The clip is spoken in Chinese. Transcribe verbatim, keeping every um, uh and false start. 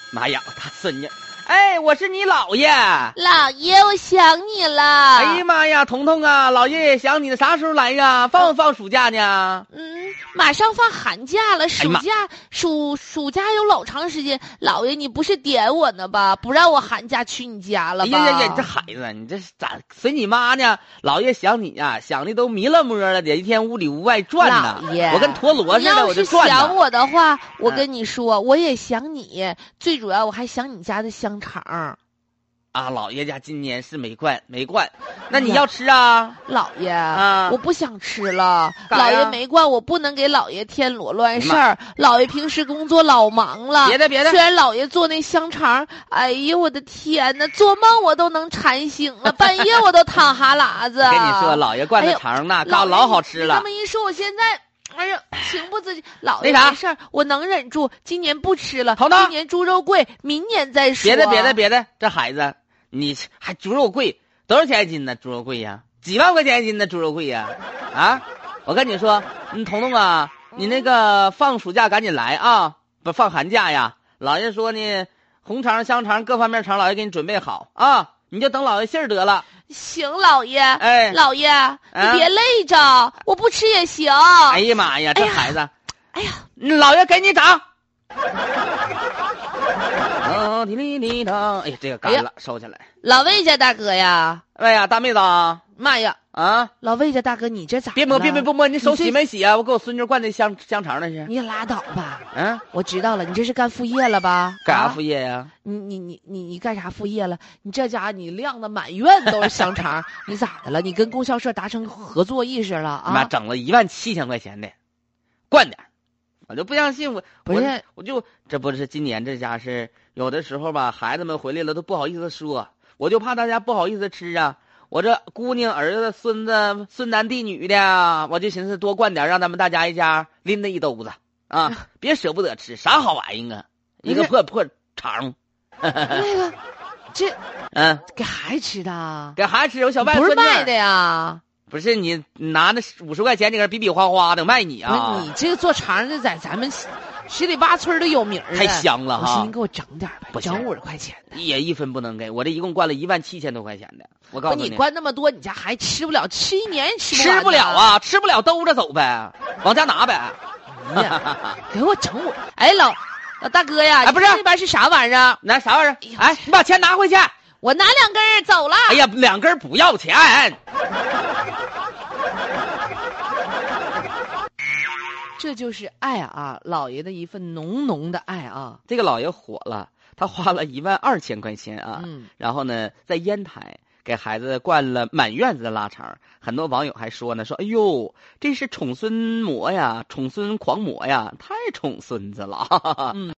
妈呀，他孙女，哎，我是你姥爷。 姥爷，我想你了。 哎呀妈呀，彤彤啊，姥爷也想你了，啥时候来呀？放不放暑假呢？ 嗯，马上放寒假了，暑假、 哎、 暑暑假有老长时间。姥爷，你不是点我呢吧？不让我寒假去你家了吧？ 哎呀呀，你这孩子，你这咋随你妈呢？姥爷想你啊，想的都迷了摸了的，一天屋里屋外转呢。 姥爷， 我跟陀螺似的，我就转呢。 你要是想我的话，我跟你说，嗯、我也想你。最主要，我还想你家的香肠。 啊，姥爷家今年是没灌没灌，那你要吃啊？ 姥爷啊， 我不想吃了。姥爷没灌，我不能给姥爷添罗乱事儿。姥爷平时工作老忙了。 别的别的， 虽然姥爷做那香肠，哎呀，我的天哪，做梦我都能馋醒了，半夜我都淌哈喇子。 跟你说，姥爷灌的肠那高、哎、老好吃了。 这么一说，我现在。哎呀，情不自禁，姥爷没事儿，我能忍住。今年不吃了， 彤彤， 今年猪肉贵，明年再说。 别的别的别的，这孩子，你还猪肉贵，多少钱一斤呢？猪肉贵呀，几万块钱一斤的猪肉贵呀！啊，我跟你说，嗯，彤彤啊，你那个放暑假赶紧来啊，不放寒假呀。姥爷说呢，红肠、香肠各方面肠，姥爷给你准备好啊，你就等姥爷信儿得了。 行，姥爷， 哎， 姥爷， 啊、 你别累着，我不吃也行。 哎呀妈呀，这孩子， 哎呀， 姥爷给你长。哦，滴哩哩当，哎呀，这个干了，收起来。 老魏家大哥呀， 哎呀，大妹子， 妈呀， 啊， 老魏家大哥，你这咋？ 别摸，别别不摸，你手洗没洗啊？我给我孙女灌的香香肠那是。 你拉倒吧。 嗯， 我知道了，你这是干副业了吧？ 干啥副业呀、啊？ 你你你你你干啥副业了？你这家你晾的满院都是香肠，你咋的了？你跟供销社达成合作意识了啊？ 妈整了一万七千块钱的，灌点。我就不相信我， 不是我，我就这不是今年这家是有的时候吧，孩子们回来了都不好意思说，我就怕大家不好意思吃啊。我这姑娘、儿子、孙子、孙男弟女的，我就寻思多灌点，让他们大家一家拎着一兜子啊，别舍不得吃，啥好玩意儿啊，一个破破肠。 那个，这嗯， 给孩子吃的， 给孩子吃，有小外不是卖的呀。 不是你拿那五十块钱，你搁比比划划的卖你啊！ 你这个做肠的在咱们十里八村都有名儿， 太香了哈！ 我您给我整点呗，整五十块钱的， 也一分不能给我这一共灌了一万七千多块钱的。我告诉你，你灌那么多，你家还吃不了，吃一年吃不完。吃不了啊，吃不了兜着走呗，往家拿呗。 哎呀，给我整我！哎，老老大哥呀， 哎，不是那边是啥玩意儿？ 拿啥玩意儿？哎，你把钱拿回去。 我拿两根走了。 哎呀，两根不要钱。 这就是爱啊，老爷的一份浓浓的爱啊！ 这个老爷火了，他花了一万二千块钱啊， 嗯， 然后呢，在烟台给孩子灌了满院子的腊肠。很多网友还说呢，说哎呦，这是宠孙魔呀，宠孙狂魔呀，太宠孙子了。哈哈哈。嗯。